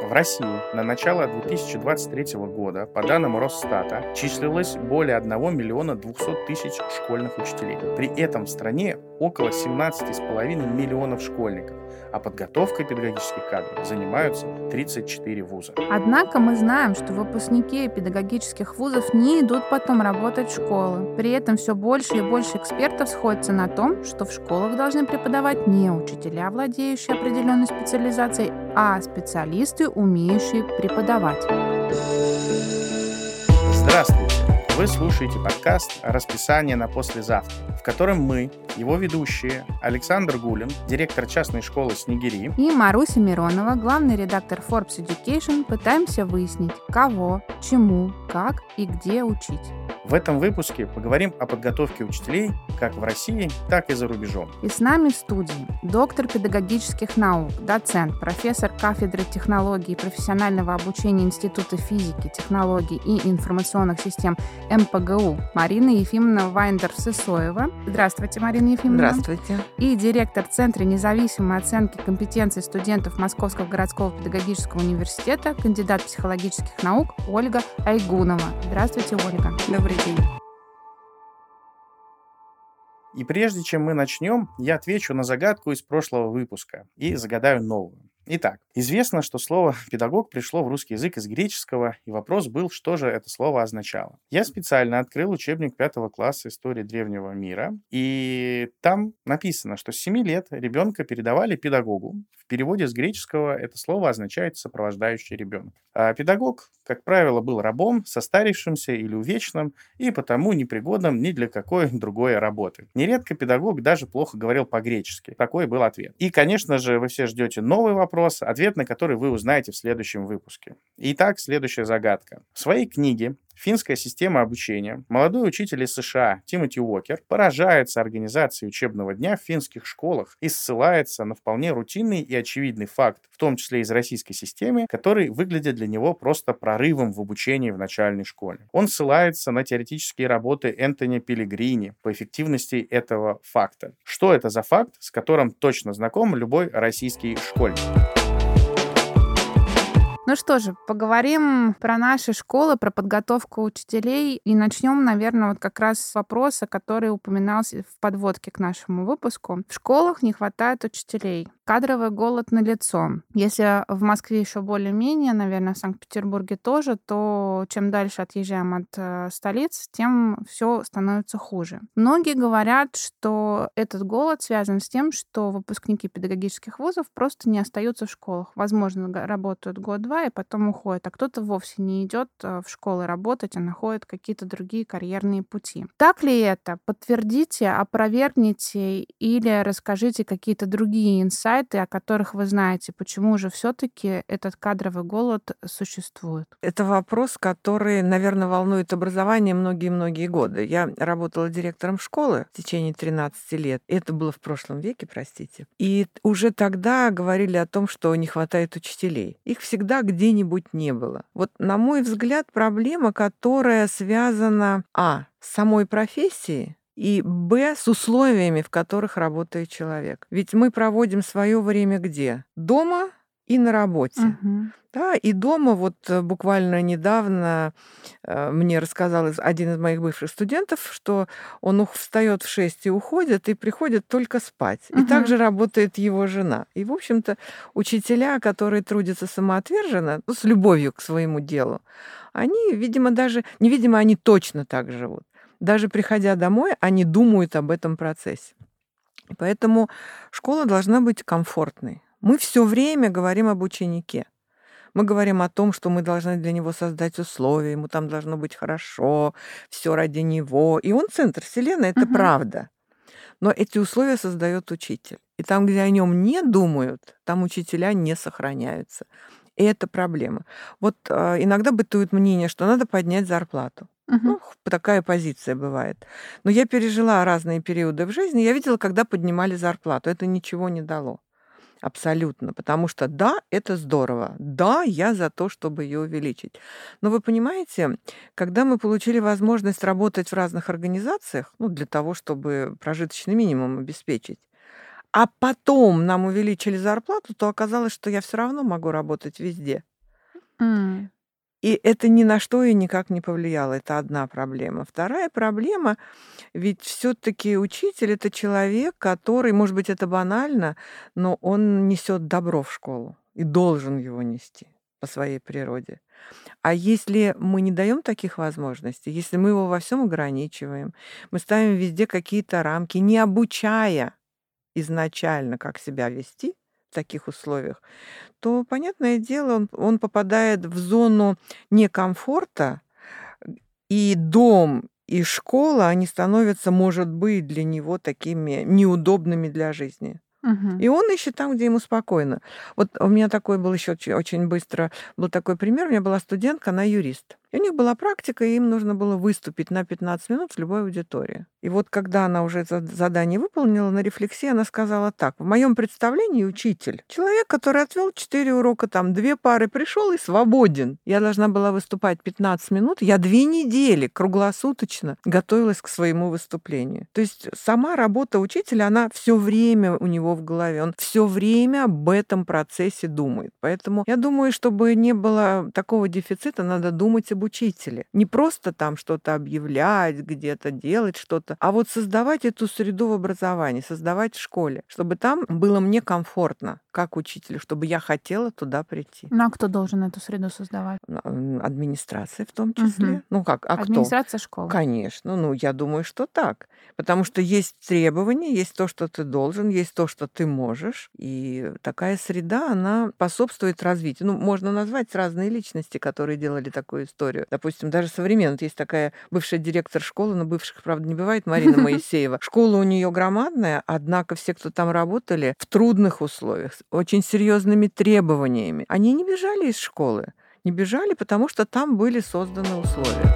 В России на начало 2023 года, по данным Росстата, числилось более 1 200 000 школьных учителей. При этом в стране около 17,5 миллионов школьников, а подготовкой педагогических кадров занимаются 34 вуза. Однако мы знаем, что выпускники педагогических вузов не идут потом работать в школы. При этом все больше и больше экспертов сходятся на том, что в школах должны преподавать не учителя, владеющие определенной специализацией, а специалисты, умеющие преподавать. Здравствуйте! Вы слушаете подкаст «Расписание на послезавтра», в котором мы, его ведущие, Александр Гулин, директор частной школы «Снегири», и Маруся Миронова, главный редактор Forbes Education, пытаемся выяснить, кого, чему, как и где учить. в этом выпуске поговорим о подготовке учителей как в России, так и за рубежом. И с нами в студии доктор педагогических наук, доцент, профессор кафедры технологий и профессионального обучения Института физики, технологий и информационных систем МПГУ Марина Ефимовна Вайндорф-Сысоева. Здравствуйте, Марина Ефимовна. Здравствуйте. И директор Центра независимой оценки компетенций студентов Московского городского педагогического университета, кандидат психологических наук Ольга Айгунова. Здравствуйте, Ольга. Добрый день. И прежде чем мы начнем, я отвечу на загадку из прошлого выпуска и загадаю новую. Итак, известно, что слово «педагог» пришло в русский язык из греческого, и вопрос был, что же это слово означало. Я специально открыл учебник 5 класса истории древнего мира, и там написано, что с 7 лет ребенка передавали педагогу. В переводе с греческого это слово означает «сопровождающий ребенка». А педагог, как правило, был рабом, состарившимся или увечным, и потому непригодным ни для какой другой работы. Нередко педагог даже плохо говорил по-гречески. Такой был ответ. И, конечно же, вы все ждете новый вопрос, ответ на который вы узнаете в следующем выпуске. Итак, следующая загадка. В своей книге «Финская система обучения» молодой учитель из США Тимоти Уокер поражается организацией учебного дня в финских школах и ссылается на вполне рутинный и очевидный факт, в том числе из российской системы, который выглядит для него просто прорывом в обучении в начальной школе. Он ссылается на теоретические работы Энтони Пеллегрини по эффективности этого факта. Что это за факт, с которым точно знаком любой российский школьник? Ну что же, поговорим про наши школы, про подготовку учителей. И начнем, наверное, вот как раз с вопроса, который упоминался в подводке к нашему выпуску. В школах не хватает учителей. Кадровый голод налицо. Если в Москве еще более-менее, наверное, в Санкт-Петербурге тоже, то чем дальше отъезжаем от столиц, тем все становится хуже. Многие говорят, что этот голод связан с тем, что выпускники педагогических вузов просто не остаются в школах. Возможно, работают год-два и потом уходят, а кто-то вовсе не идет в школы работать, а находит какие-то другие карьерные пути. Так ли это? Подтвердите, опровергните или расскажите какие-то другие инсайты, о которых вы знаете, почему же все-таки этот кадровый голод существует? Это вопрос, который, наверное, волнует образование многие-многие годы. Я работала директором школы в течение 13 лет. Это было в прошлом веке, простите. И уже тогда говорили о том, что не хватает учителей. Их всегда где-нибудь не было. Вот, на мой взгляд, проблема, которая связана, с самой профессией, и с условиями, в которых работает человек. Ведь мы проводим свое время где? Дома и на работе. Мгм. Да, и дома вот буквально недавно мне рассказал один из моих бывших студентов, что он встает в 6 и уходит, и приходит только спать. И Мгм. также работает его жена. И, в общем-то, учителя, которые трудятся самоотверженно, с любовью к своему делу, они, видимо, они точно так живут. Даже приходя домой, они думают об этом процессе. И поэтому школа должна быть комфортной. Мы все время говорим об ученике. Мы говорим о том, что мы должны для него создать условия, ему там должно быть хорошо, все ради него. И он центр вселенной, это Мгм. правда. Но эти условия создает учитель. И там, где о нем не думают, там учителя не сохраняются. И это проблема. Вот иногда бытует мнение, что надо поднять зарплату. Мгм. Такая позиция бывает. Но я пережила разные периоды в жизни. Я видела, когда поднимали зарплату. Это ничего не дало. Абсолютно. Потому что да, это здорово. Да, я за то, чтобы ее увеличить. Но вы понимаете, когда мы получили возможность работать в разных организациях, для того, чтобы прожиточный минимум обеспечить, а потом нам увеличили зарплату, то оказалось, что я все равно могу работать везде. М. И это ни на что и никак не повлияло. Это одна проблема. Вторая проблема, ведь все-таки учитель это человек, который, может быть, это банально, но он несет добро в школу и должен его нести по своей природе. А если мы не даем таких возможностей, если мы его во всем ограничиваем, мы ставим везде какие-то рамки, не обучая изначально, как себя вести в таких условиях, то, понятное дело, он попадает в зону некомфорта, и дом, и школа, они становятся, может быть, для него такими неудобными для жизни. Мгм. И он ищет там, где ему спокойно. Вот у меня такой был еще очень быстро, был такой пример. У меня была студентка, она юрист. И у них была практика, и им нужно было выступить на 15 минут в любой аудитории. И вот когда она уже это задание выполнила, на рефлексии она сказала так. В моем представлении учитель — человек, который отвел 4 урока, там 2 пары, пришел и свободен. Я должна была выступать 15 минут. Я 2 недели круглосуточно готовилась к своему выступлению. То есть сама работа учителя, она все время у него в голове. Он все время об этом процессе думает. Поэтому я думаю, чтобы не было такого дефицита, надо думать об учителе. Не просто там что-то объявлять, где-то делать что-то, а вот создавать эту среду в образовании, создавать в школе, чтобы там было мне комфортно, как учителю, чтобы я хотела туда прийти. Ну, а кто должен эту среду создавать? Администрация в том числе. Мгм. Ну как, а кто? Администрация школы. Конечно, ну, я думаю, что так. Потому что есть требования, есть то, что ты должен, есть то, что ты можешь. И такая среда, она способствует развитию. Ну, можно назвать разные личности, которые делали такую историю. Допустим, даже современно. Вот есть такая бывшая директор школы, но бывших, правда, не бывает, Марина Моисеева. Школа у нее громадная, однако все, кто там работали, в трудных условиях, с очень серьезными требованиями. Они не бежали из школы. Не бежали, потому что там были созданы условия.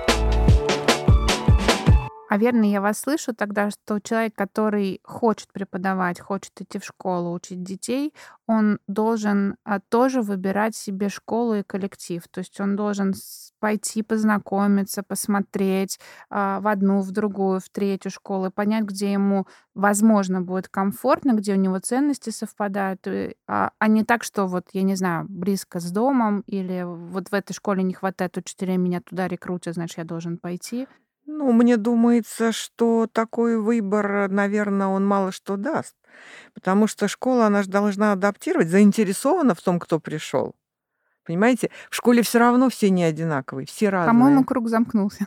А верно я вас слышу тогда, что человек, который хочет преподавать, хочет идти в школу, учить детей, он должен тоже выбирать себе школу и коллектив. То есть он должен пойти познакомиться, посмотреть в одну, в другую, в третью школу, и понять, где ему, возможно, будет комфортно, где у него ценности совпадают, а не так, что вот, я не знаю, близко с домом или вот в этой школе не хватает учителей, меня туда рекрутят, значит, я должен пойти. Ну, мне думается, что такой выбор, наверное, он мало что даст. Потому что школа, она же должна адаптировать, заинтересована в том, кто пришел. Понимаете, в школе все равно все не одинаковые, все По-моему, разные. круг замкнулся.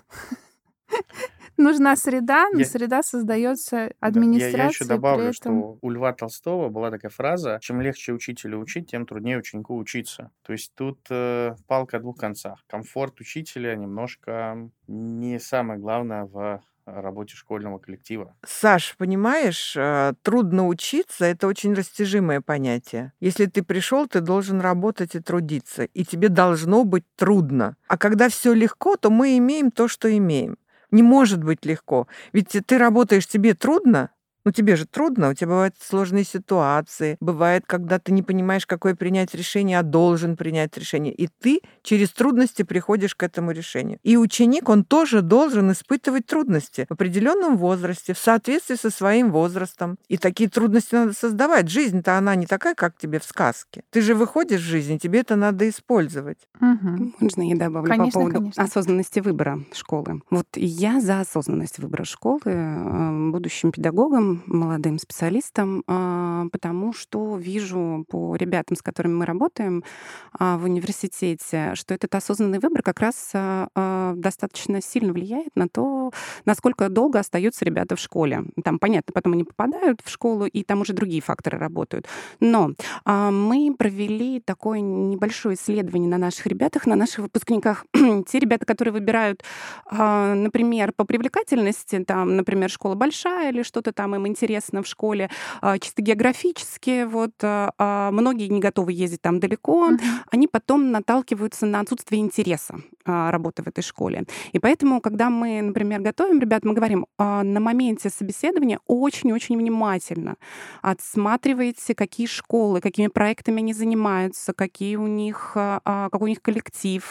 Нужна среда, но Я, среда создается да, я еще администрацией, при добавлю, этом что у Льва Толстого была такая фраза: чем легче учителю учить, тем труднее ученику учиться. То есть тут палка о двух концах. Комфорт учителя немножко не самое главное в работе школьного коллектива. Саш, понимаешь, трудно учиться — это очень растяжимое понятие. Если ты пришел, ты должен работать и трудиться, и тебе должно быть трудно. А когда все легко, то мы имеем то, что имеем. Не может быть легко. Ведь ты работаешь, тебе трудно, ну тебе же трудно, у тебя бывают сложные ситуации, бывает, когда ты не понимаешь, какое принять решение, а должен принять решение. И ты через трудности приходишь к этому решению. И ученик, он тоже должен испытывать трудности в определенном возрасте, в соответствии со своим возрастом. И такие трудности надо создавать. Жизнь-то она не такая, как тебе в сказке. Ты же выходишь в жизнь, тебе это надо использовать. Мгм. Можно я добавлю по Конечно, поводу конечно. осознанности выбора школы? Вот я за осознанность выбора школы будущим педагогам, молодым специалистам, потому что вижу по ребятам, с которыми мы работаем в университете, что этот осознанный выбор как раз достаточно сильно влияет на то, насколько долго остаются ребята в школе. Там, понятно, потом они попадают в школу, и там уже другие факторы работают. Но мы провели такое небольшое исследование на наших ребятах, на наших выпускниках. Те ребята, которые выбирают, например, по привлекательности, там, например, школа большая или что-то там им интересно в школе, чисто географически, вот, многие не готовы ездить там далеко, Мгм. они потом наталкиваются на отсутствие интереса работы в этой школе. И поэтому, когда мы, например, готовим ребят, мы говорим, на моменте собеседования очень-очень внимательно отсматривайте, какие школы, какими проектами они занимаются, какой у них коллектив,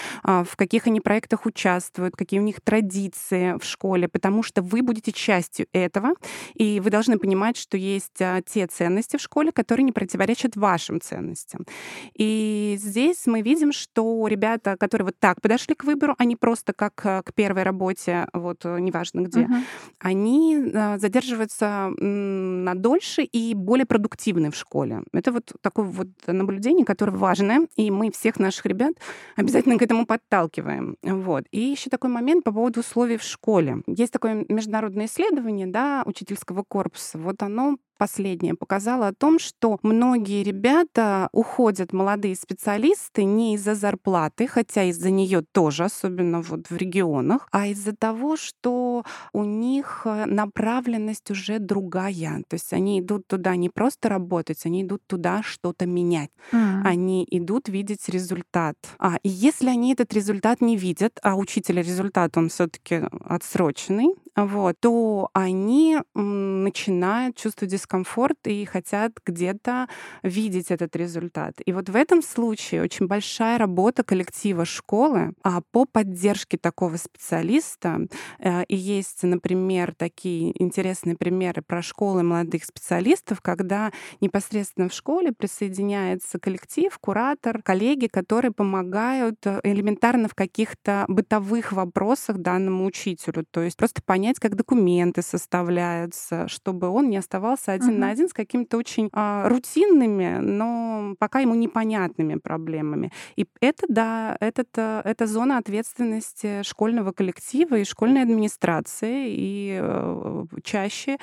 в каких они проектах участвуют, какие у них традиции в школе, потому что вы будете частью этого, и И вы должны понимать, что есть те ценности в школе, которые не противоречат вашим ценностям. И здесь мы видим, что ребята, которые вот так подошли к выбору, они просто как к первой работе, вот неважно где, Мгм. они задерживаются на дольше и более продуктивны в школе. Это вот такое вот наблюдение, которое важное, и мы всех наших ребят обязательно к этому подталкиваем. Вот. И еще такой момент по поводу условий в школе. Есть такое международное исследование, да, учительского корпуса. Вот оно последнее показало о том, что многие ребята уходят, молодые специалисты, не из-за зарплаты, хотя из-за нее тоже, особенно вот в регионах, а из-за того, что у них направленность уже другая. То есть они идут туда не просто работать, они идут туда что-то менять. Они идут видеть результат. И если они этот результат не видят, а учителя результат, он все-таки отсроченный, вот, то они начинают чувствовать дискомфорт и хотят где-то видеть этот результат. И вот в этом случае очень большая работа коллектива школы по поддержке такого специалиста. И есть, например, такие интересные примеры про школы молодых специалистов, когда непосредственно в школе присоединяется коллектив, куратор, коллеги, которые помогают элементарно в каких-то бытовых вопросах данному учителю. То есть просто понять, как документы составляются, чтобы он не оставался один на один с какими-то очень рутинными, но пока ему непонятными проблемами. И это, да, это зона ответственности школьного коллектива и школьной администрации. И чаще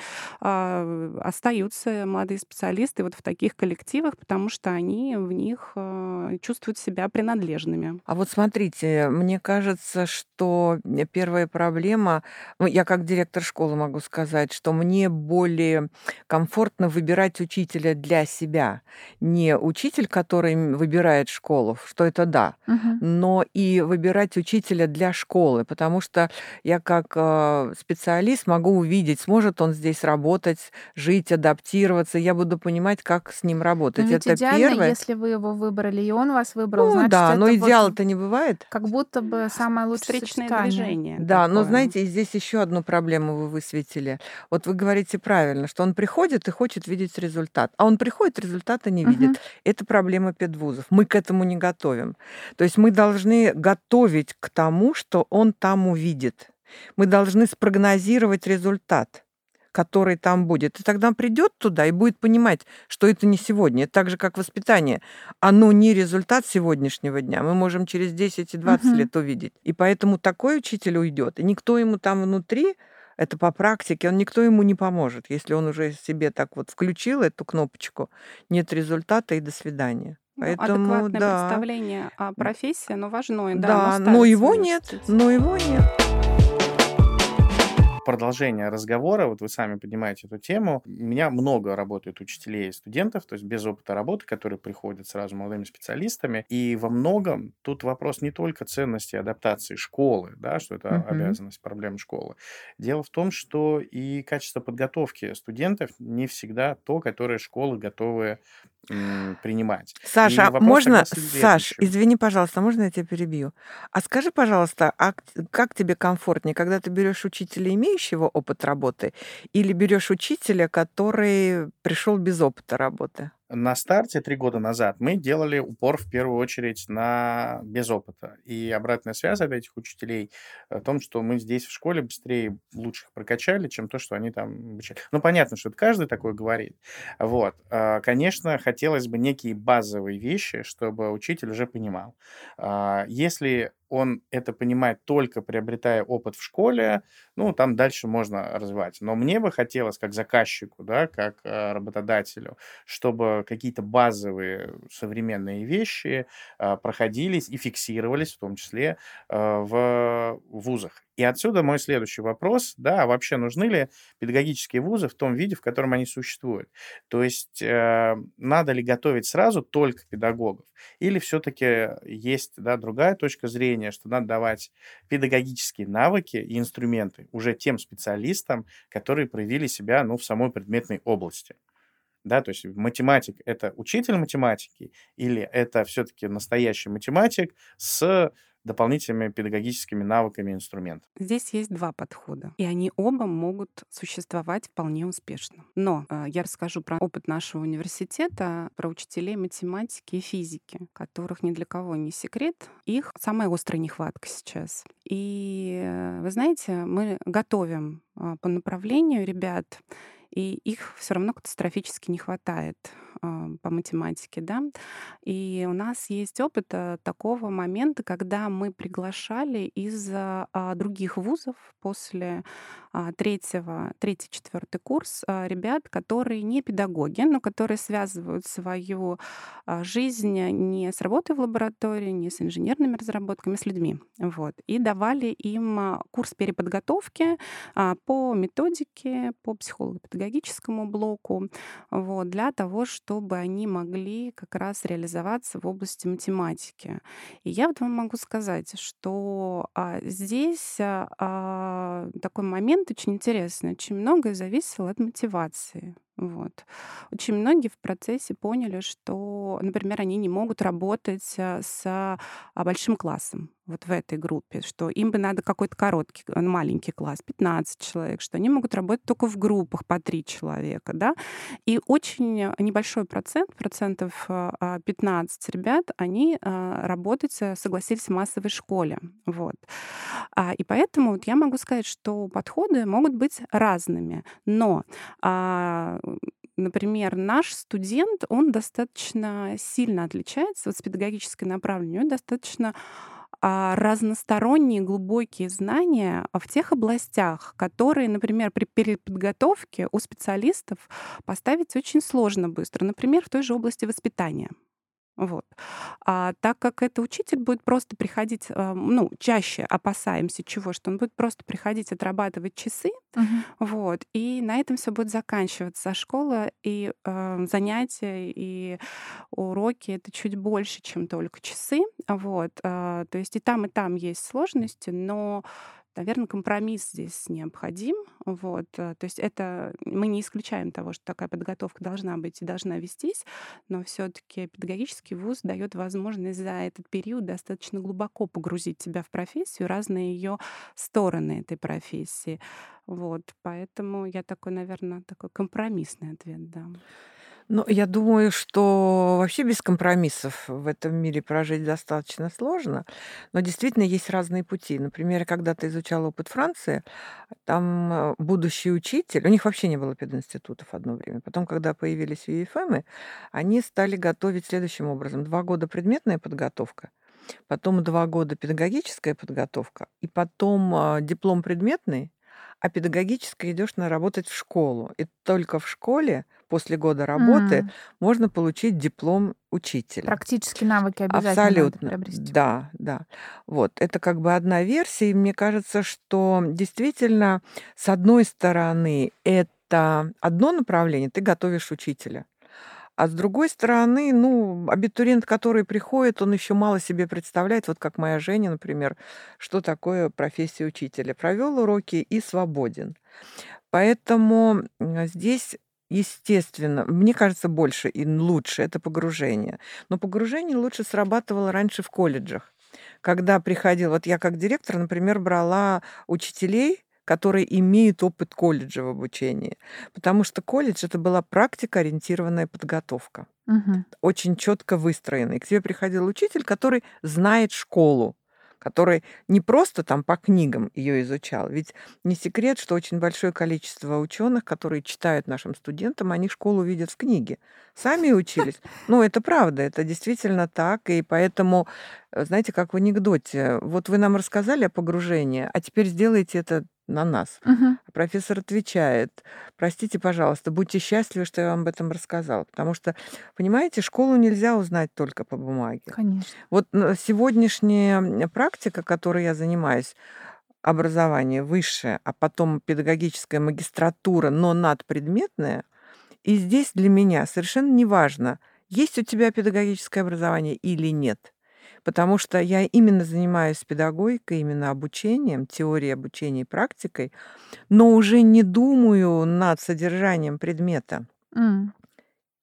остаются молодые специалисты вот в таких коллективах, потому что они в них чувствуют себя принадлежными. А вот смотрите, мне кажется, что первая проблема, я как директор школы могу сказать, что мне более комфортно выбирать учителя для себя. Не учитель, который выбирает школу, что это да, но и выбирать учителя для школы, потому что я как специалист могу увидеть, сможет он здесь работать, жить, адаптироваться, я буду понимать, как с ним Но работать. ведь Это идеально, первое. если вы его выбрали, и он вас выбрал, Ну значит, да, но это вот идеала-то не бывает. как будто бы самое лучшее Встречное сочетание. движение Да, но такое. знаете, и здесь еще одну проблему вы высветили. Вот вы говорите правильно, что он приходит и хочет видеть результат, а он приходит, результата не Мгм. видит. Это проблема педвузов. Мы к этому не готовим. То есть мы должны готовить к тому, что он там увидит. Мы должны спрогнозировать результат, который там будет. И тогда он придет туда и будет понимать, что это не сегодня. Это так же, как воспитание. Оно не результат сегодняшнего дня. Мы можем через 10 и 20 Мгм. лет увидеть. И поэтому такой учитель уйдет. И никто ему там внутри, это по практике, никто ему не поможет, если он уже себе так вот включил эту кнопочку, нет результата и до свидания. Поэтому, Адекватное да, представление о профессии, оно важное, да, оно да, но ставится в его нет, университете. но его нет. Продолжение разговора, вот вы сами поднимаете эту тему. У меня много работает учителей и студентов, то есть без опыта работы, которые приходят сразу молодыми специалистами. И во многом тут вопрос не только ценности адаптации школы, да, что это Мгм. обязанность, проблема школы. Дело в том, что и качество подготовки студентов не всегда то, которое школы готовы принимать. И Саша, вопрос тогда можно, Саш, следующий. извини, пожалуйста, можно я тебя перебью? А скажи, пожалуйста, как тебе комфортнее, когда ты берешь учителя, имеющего опыт работы, или берешь учителя, который пришел без опыта работы? На старте 3 года назад мы делали упор в первую очередь на без опыта. И обратная связь от этих учителей о том, что мы здесь в школе быстрее лучших прокачали, чем то, что они там обучали. Ну, понятно, что это каждый такое говорит. Вот. Конечно, хотелось бы некие базовые вещи, чтобы учитель уже понимал. Если он это понимает только приобретая опыт в школе, ну, там дальше можно развивать. Но мне бы хотелось, как заказчику, да, как работодателю, чтобы какие-то базовые современные вещи проходились и фиксировались, в том числе в вузах. И отсюда мой следующий вопрос, да, а вообще нужны ли педагогические вузы в том виде, в котором они существуют? То есть надо ли готовить сразу только педагогов? Или все-таки есть, да, другая точка зрения, что надо давать педагогические навыки и инструменты уже тем специалистам, которые проявили себя, ну, в самой предметной области? Да, то есть математик — это учитель математики или это все-таки настоящий математик с дополнительными педагогическими навыками и инструментами? Здесь есть два подхода, и они оба могут существовать вполне успешно. Но я расскажу про опыт нашего университета, про учителей математики и физики, которых ни для кого не секрет. Их самая острая нехватка сейчас. И вы знаете, мы готовим по направлению ребят, и их все равно катастрофически не хватает по математике, да. И у нас есть опыт такого момента, когда мы приглашали из других вузов после третий, четвертый курс ребят, которые не педагоги, но которые связывают свою жизнь не с работой в лаборатории, не с инженерными разработками, а с людьми. Вот. И давали им курс переподготовки по методике, по психолого-педагогическому блоку, вот, для того, чтобы они могли как раз реализоваться в области математики. И я вот вам могу сказать, что здесь такой момент очень интересный. Очень многое зависело от мотивации. Вот. Очень многие в процессе поняли, что, например, они не могут работать с большим классом вот в этой группе, что им бы надо какой-то короткий, маленький класс, 15 человек, что они могут работать только в группах по 3 человека, да. И очень небольшой процентов 15 ребят, они работать согласились в массовой школе. Вот. И поэтому вот я могу сказать, что подходы могут быть разными, но например, наш студент, он достаточно сильно отличается вот с педагогической направленностью, он достаточно разносторонние глубокие знания в тех областях, которые, например, при переподготовке у специалистов поставить очень сложно быстро. Например, в той же области воспитания. Вот. Так как это учитель будет просто приходить, ну, чаще опасаемся чего, что он будет просто приходить отрабатывать часы, вот, и на этом все будет заканчиваться. А школа и занятия, и уроки — это чуть больше, чем только часы. Вот. То есть и там есть сложности, но, наверное, компромисс здесь необходим. Вот. То есть это мы не исключаем того, что такая подготовка должна быть и должна вестись, но все-таки педагогический вуз дает возможность за этот период достаточно глубоко погрузить тебя в профессию, разные ее стороны этой профессии. Вот. Поэтому я такой, наверное, такой компромиссный ответ дам. Ну, я думаю, что вообще без компромиссов в этом мире прожить достаточно сложно, но действительно есть разные пути. Например, я когда-то изучала опыт Франции, там будущий учитель, у них вообще не было пединститутов одно время. Потом, когда появились ЮЕФМы, они стали готовить следующим образом. 2 года предметная подготовка, потом 2 года педагогическая подготовка, и потом диплом предметный, а педагогическое идешь на работать в школу. И только в школе после года работы можно получить диплом учителя. Практические навыки обязательно надо Абсолютно. приобрести. Да, да. Вот. Это как бы одна версия, и мне кажется, что действительно, с одной стороны, это одно направление, ты готовишь учителя. А с другой стороны, ну, абитуриент, который приходит, он еще мало себе представляет, вот как моя Женя, например, что такое профессия учителя. Провел уроки и свободен. Поэтому здесь, естественно, мне кажется, больше и лучше это погружение. Но погружение лучше срабатывало раньше в колледжах, когда приходил, вот я как директор, например, брала учителей, которые имеют опыт колледжа в обучении. Потому что колледж — это была практикоориентированная подготовка, очень четко выстроенная. И к тебе приходил учитель, который знает школу, который не просто там по книгам ее изучал. Ведь не секрет, что очень большое количество ученых, которые читают нашим студентам, они школу видят в книге. Сами учились. Ну, это правда, это действительно так. И поэтому, знаете, как в анекдоте, вот вы нам рассказали о погружении, а теперь сделайте это на нас. А профессор отвечает: простите, пожалуйста, будьте счастливы, что я вам об этом рассказал. Потому что, понимаете, школу нельзя узнать только по бумаге. Конечно. Вот сегодняшняя практика, которой я занимаюсь, образование высшее, а потом педагогическая магистратура, но надпредметная, и здесь для меня совершенно неважно, есть у тебя педагогическое образование или нет. Потому что я именно занимаюсь педагогикой, именно обучением, теорией обучения и практикой, но уже не думаю над содержанием предмета. М.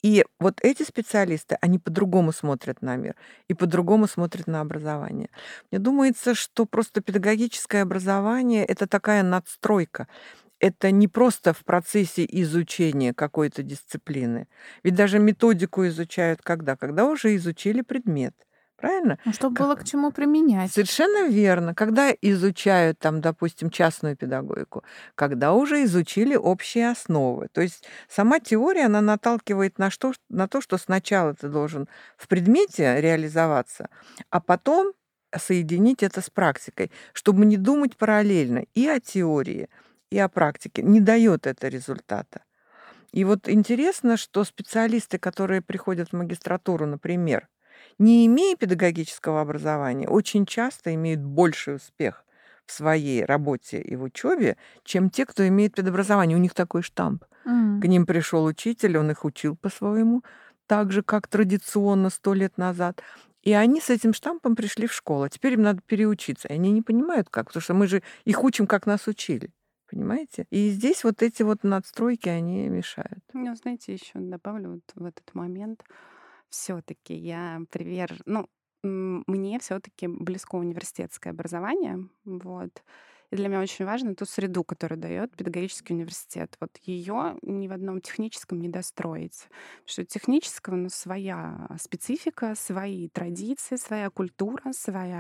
И вот эти специалисты, они по-другому смотрят на мир и по-другому смотрят на образование. Мне думается, что просто педагогическое образование — это такая надстройка. Это не просто в процессе изучения какой-то дисциплины. Ведь даже методику изучают когда? Когда уже изучили предмет. Правильно? Ну, чтобы было к чему применять. Совершенно верно. Когда изучают, там, допустим, частную педагогику, когда уже изучили общие основы. То есть сама теория, она наталкивает на то, что сначала ты должен в предмете реализоваться, а потом соединить это с практикой, чтобы не думать параллельно и о теории, и о практике. Не дает это результата. И вот интересно, что специалисты, которые приходят в магистратуру, например, не имея педагогического образования, очень часто имеют больший успех в своей работе и в учебе, чем те, кто имеет педобразование. У них такой штамп. К ним пришел учитель, он их учил по-своему, так же, как традиционно 100 лет назад. И они с этим штампом пришли в школу. А теперь им надо переучиться. И они не понимают, как, потому что мы же их учим, как нас учили. Понимаете? И здесь вот эти вот надстройки, они мешают. Ну, знаете, еще добавлю вот в этот момент. Все-таки мне все-таки близко университетское образование, вот. И для меня очень важно ту среду, которую дает педагогический университет. Вот ее ни в одном техническом не достроить. Потому что у технического, своя специфика, свои традиции, своя культура,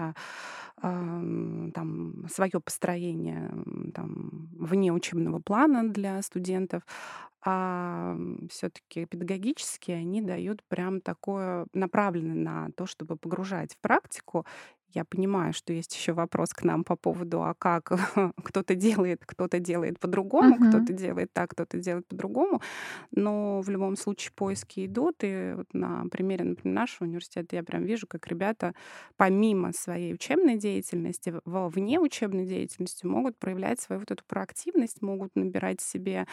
свое построение там, вне учебного плана для студентов. А все-таки педагогические они дают прям такое направленное на то, чтобы погружать в практику. Я понимаю, что есть еще вопрос к нам по поводу, а как кто-то делает по-другому, Мгм. кто-то делает так, кто-то делает по-другому. Но в любом случае поиски идут. И вот на примере, например, нашего университета я прям вижу, как ребята помимо своей учебной деятельности, во внеучебной деятельности могут проявлять свою вот эту проактивность, могут набирать себе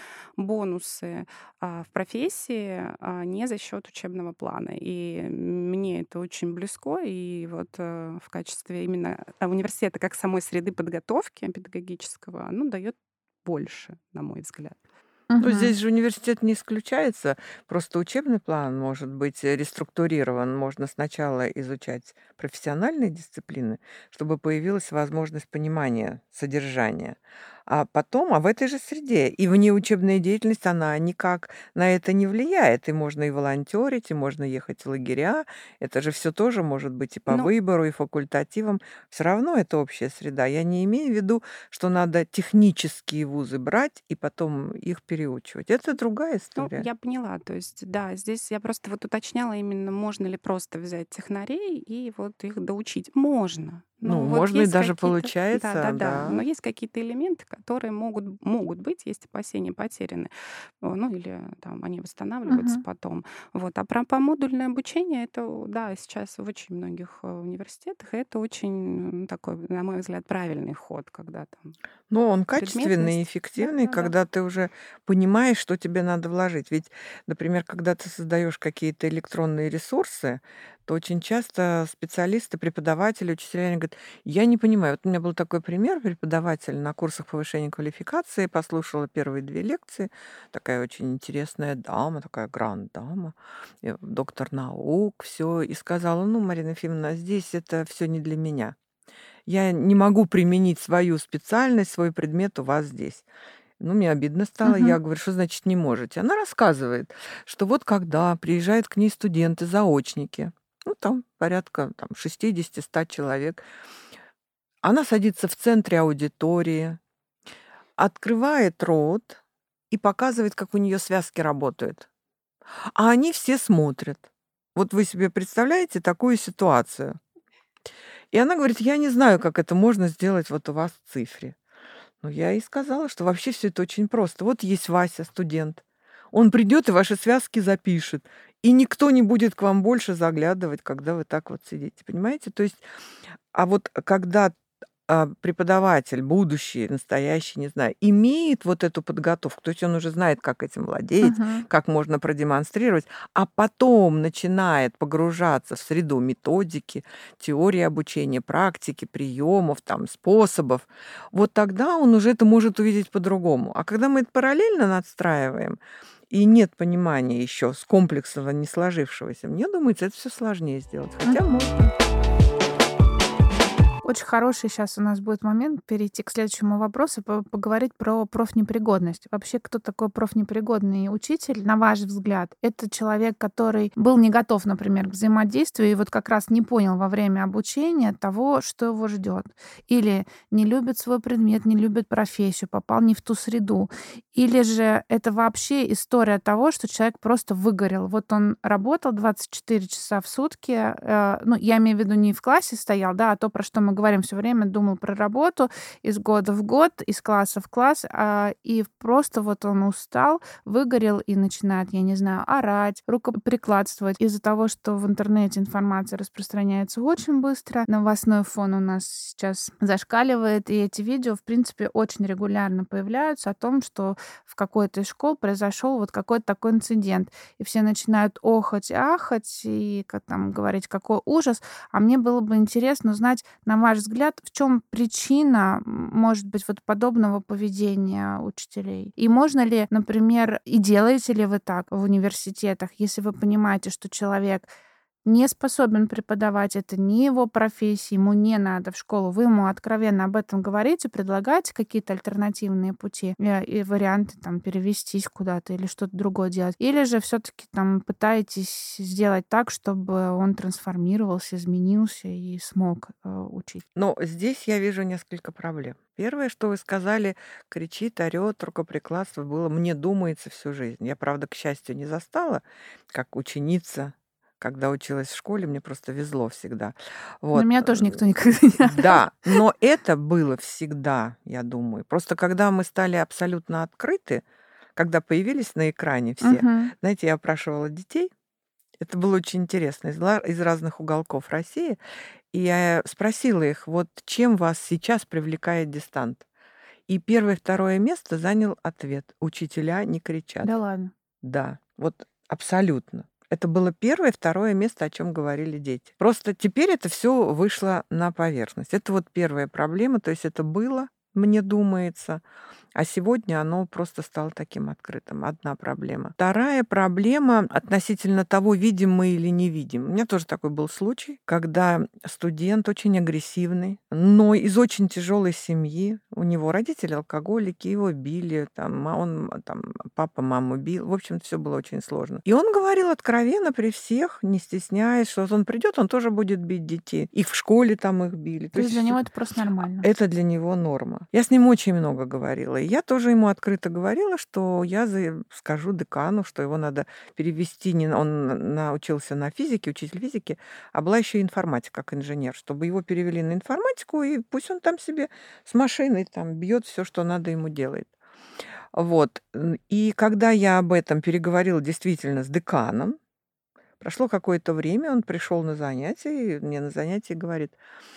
бонусы в профессии не за счет учебного плана. И мне это очень близко. И вот в качестве именно университета как самой среды подготовки педагогического, оно дает больше, на мой взгляд. Ну, Мгм. здесь же университет не исключается, просто учебный план может быть реструктурирован. Можно сначала изучать профессиональные дисциплины, чтобы появилась возможность понимания содержания, а потом, в этой же среде. И внеучебная деятельность, она никак на это не влияет. И можно и волонтерить, и можно ехать в лагеря. Это же все тоже может быть и по Ну, выбору, и факультативам. Все равно это общая среда. Я не имею в виду, что надо технические вузы брать и потом их переучивать. Это другая история. я поняла. То есть, да, здесь я просто вот уточняла именно, можно ли просто взять технарей и вот их доучить. Можно. Ну, Но вот можно и есть даже какие-то, получается, да, но да. есть какие-то элементы, которые могут быть, есть опасения, потеряны. Или там они восстанавливаются Мгм. потом. Вот. А про модульное обучение, это, да, сейчас в очень многих университетах, и это очень такой, на мой взгляд, правильный ход, когда там Но он качественный и предметность. Да, эффективный, да, да. когда ты уже понимаешь, что тебе надо вложить. Ведь, например, когда ты создаешь какие-то электронные ресурсы, то очень часто специалисты, преподаватели, учителя они говорят, я не понимаю. Вот у меня был такой пример, преподаватель на курсах повышения квалификации, послушала первые 2 лекции, такая очень интересная дама, такая гранд-дама, доктор наук, все, и сказала, ну, Марина Ефимовна, здесь это все не для меня. Я не могу применить свою специальность, свой предмет у вас здесь. Ну, мне обидно стало. Я Мгм. говорю, что значит не можете? Она рассказывает, что вот когда приезжают к ней студенты-заочники, ну, там порядка 60-100 человек, она садится в центре аудитории, открывает рот и показывает, как у нее связки работают. А они все смотрят. Вот вы себе представляете такую ситуацию? И она говорит, я не знаю, как это можно сделать вот у вас в цифре. Ну, я и сказала, что вообще все это очень просто. Вот есть Вася, студент. Он придет и ваши связки запишет. И никто не будет к вам больше заглядывать, когда вы так вот сидите. Понимаете? То есть, а вот когда преподаватель, будущий, настоящий, не знаю, имеет вот эту подготовку, то есть он уже знает, как этим владеть, Мгм. как можно продемонстрировать, а потом начинает погружаться в среду методики, теории обучения, практики, приемов, способов, вот тогда он уже это может увидеть по-другому. А когда мы это параллельно надстраиваем, и нет понимания еще с комплексного не сложившегося, мне думается, это все сложнее сделать. Хотя можно. Очень хороший сейчас у нас будет момент перейти к следующему вопросу, поговорить про профнепригодность. Вообще, кто такой профнепригодный учитель, на ваш взгляд? Это человек, который был не готов, например, к взаимодействию и вот как раз не понял во время обучения того, что его ждет. Или не любит свой предмет, не любит профессию, попал не в ту среду. Или же это вообще история того, что человек просто выгорел. Вот он работал 24 часа в сутки, ну, я имею в виду не в классе стоял, да, а то, про что мы говорим все время, думал про работу из года в год, из класса в класс, и просто вот он устал, выгорел и начинает, я не знаю, орать, рукоприкладствовать из-за того, что в интернете информация распространяется очень быстро, новостной фон у нас сейчас зашкаливает, и эти видео, в принципе, очень регулярно появляются о том, что в какой-то из школ произошел вот какой-то такой инцидент, и все начинают охать, ахать и как там говорить, какой ужас. А мне было бы интересно узнать, на ваш взгляд, в чем причина, может быть, вот подобного поведения учителей? И можно ли, например, и делаете ли вы так в университетах, если вы понимаете, что человек не способен преподавать, это не его профессия, ему не надо в школу, вы ему откровенно об этом говорите, предлагаете какие-то альтернативные пути и варианты там перевестись куда-то или что-то другое делать, или же все-таки там пытаетесь сделать так, чтобы он трансформировался, изменился и смог учить? Но здесь я вижу несколько проблем. Первое, что вы сказали, кричит, орет, рукоприкладство было, мне думается, всю жизнь. Я, правда, к счастью, не застала, как ученица, когда училась в школе, мне просто везло всегда. На Вот. меня тоже никто никогда не орал. Да, но это было всегда, я думаю. Просто когда мы стали абсолютно открыты, когда появились на экране все, Мгм. знаете, я опрашивала детей, это было очень интересно, из разных уголков России, и я спросила их, вот чем вас сейчас привлекает дистант? И первое, второе место занял ответ: учителя не кричат. Да ладно. Да, вот абсолютно. Это было первое, второе место, о чем говорили дети. Просто теперь это все вышло на поверхность. Это вот первая проблема, то есть это было, мне думается, а сегодня оно просто стало таким открытым. Одна проблема. Вторая проблема относительно того, видим мы или не видим. У меня тоже такой был случай, когда студент очень агрессивный, но из очень тяжелой семьи. У него родители алкоголики, его били, там папа маму бил. В общем, все было очень сложно. И он говорил откровенно при всех, не стесняясь, что вот он придет, он тоже будет бить детей. Их в школе там их били. То есть для него это просто нормально. Это для него норма. Я с ним очень много говорила. И я тоже ему открыто говорила, что я скажу декану, что его надо перевести. Он научился на физике, учитель физики, а была еще информатика как инженер, чтобы его перевели на информатику, и пусть он там себе с машиной там бьет все, что надо ему делает. Вот. И когда я об этом переговорила действительно с деканом, прошло какое-то время, он пришел на занятие, и мне на занятии говорит,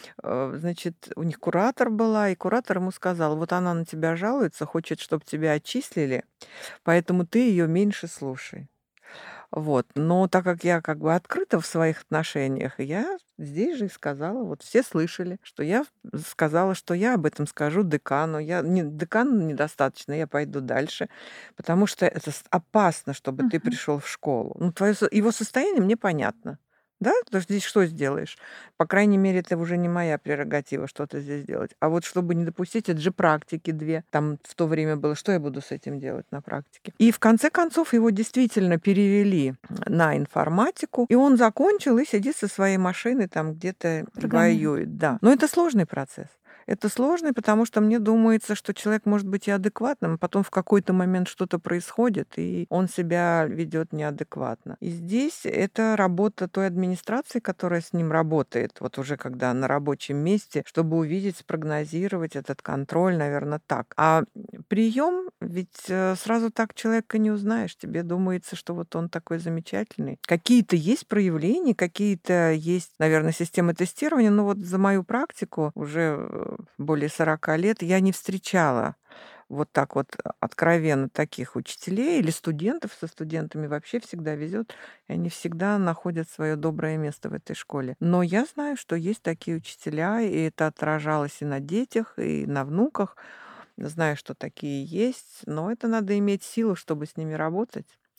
значит, у них куратор была, и куратор ему сказал, вот она на тебя жалуется, хочет, чтобы тебя отчислили, поэтому ты ее меньше слушай. Вот. Но так как я как бы открыта в своих отношениях, я здесь же и сказала, вот все слышали, что я сказала, что я об этом скажу декану. Декану недостаточно, я пойду дальше, потому что это опасно, чтобы ты Мгм. пришел в школу. Ну, его состояние мне понятно. Да, потому что здесь что сделаешь? По крайней мере, это уже не моя прерогатива что-то здесь делать. А вот чтобы не допустить, это же практики 2. Там в то время было, что я буду с этим делать на практике. И в конце концов его действительно перевели на информатику, и он закончил и сидит со своей машиной там где-то Программирует. воюет. Да. Но это сложный процесс. Это сложно, потому что мне думается, что человек может быть и адекватным, а потом в какой-то момент что-то происходит, и он себя ведет неадекватно. И здесь это работа той администрации, которая с ним работает, вот уже когда на рабочем месте, чтобы увидеть, спрогнозировать этот контроль, наверное, так. А прием, ведь сразу так человека не узнаешь. Тебе думается, что вот он такой замечательный. Какие-то есть проявления, какие-то есть, наверное, системы тестирования, но вот за мою практику уже более 40 лет я не встречала вот так вот откровенно таких учителей или студентов. Со студентами вообще всегда везет, и они всегда находят свое доброе место в этой школе. Но я знаю, что есть такие учителя, и это отражалось и на детях, и на внуках. Знаю, что такие есть, но это надо иметь силу, чтобы с ними работать.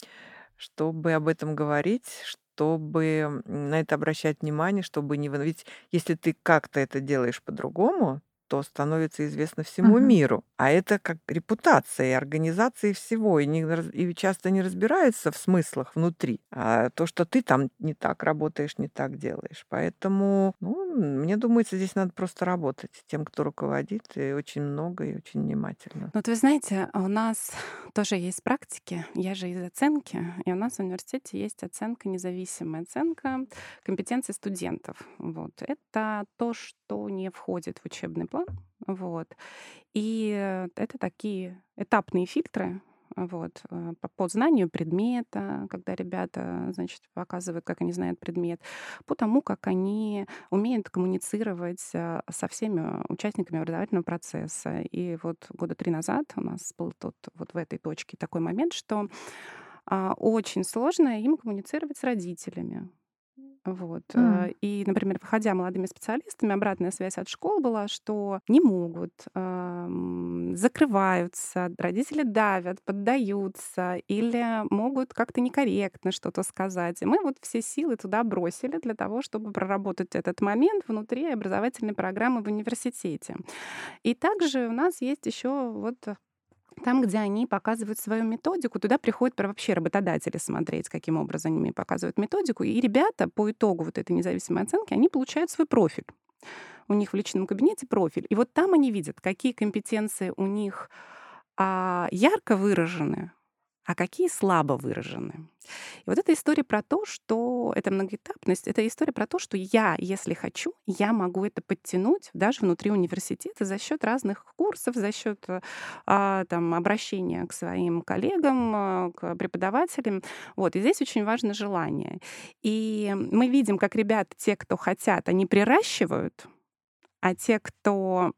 чтобы об этом говорить, чтобы на это обращать внимание, чтобы не... Ведь если ты как-то это делаешь по-другому, то становится известно всему Мгм. миру. А это как репутация и организации всего. И часто не разбираются в смыслах внутри. А то, что ты там не так работаешь, не так делаешь. Поэтому, мне думается, здесь надо просто работать тем, кто руководит, и очень много, и очень внимательно. Вот вы знаете, у нас тоже есть практики, я же из оценки, и у нас в университете есть оценка, независимая оценка компетенций студентов. Вот. Это то, что не входит в учебный план. Вот. И это такие этапные фильтры, вот, по знанию предмета, когда ребята, значит, показывают, как они знают предмет, по тому, как они умеют коммуницировать со всеми участниками образовательного процесса. И вот года 3 назад у нас был тот, вот в этой точке такой момент, что очень сложно им коммуницировать с родителями. Вот. М. И, например, выходя молодыми специалистами, обратная связь от школ была, что не могут, закрываются, родители давят, поддаются или могут как-то некорректно что-то сказать. И мы вот все силы туда бросили для того, чтобы проработать этот момент внутри образовательной программы в университете. И также у нас есть еще вот там, где они показывают свою методику, туда приходят вообще работодатели смотреть, каким образом они показывают методику. И ребята по итогу вот этой независимой оценки, они получают свой профиль. У них в личном кабинете профиль. И вот там они видят, какие компетенции у них ярко выражены, а какие слабо выражены. И вот эта история про то, что это многоэтапность, это история про то, что я, если хочу, я могу это подтянуть даже внутри университета за счет разных курсов, за счет обращения к своим коллегам, к преподавателям. Вот. И здесь очень важно желание. И мы видим, как ребята, те, кто хотят, они приращивают, а те, кто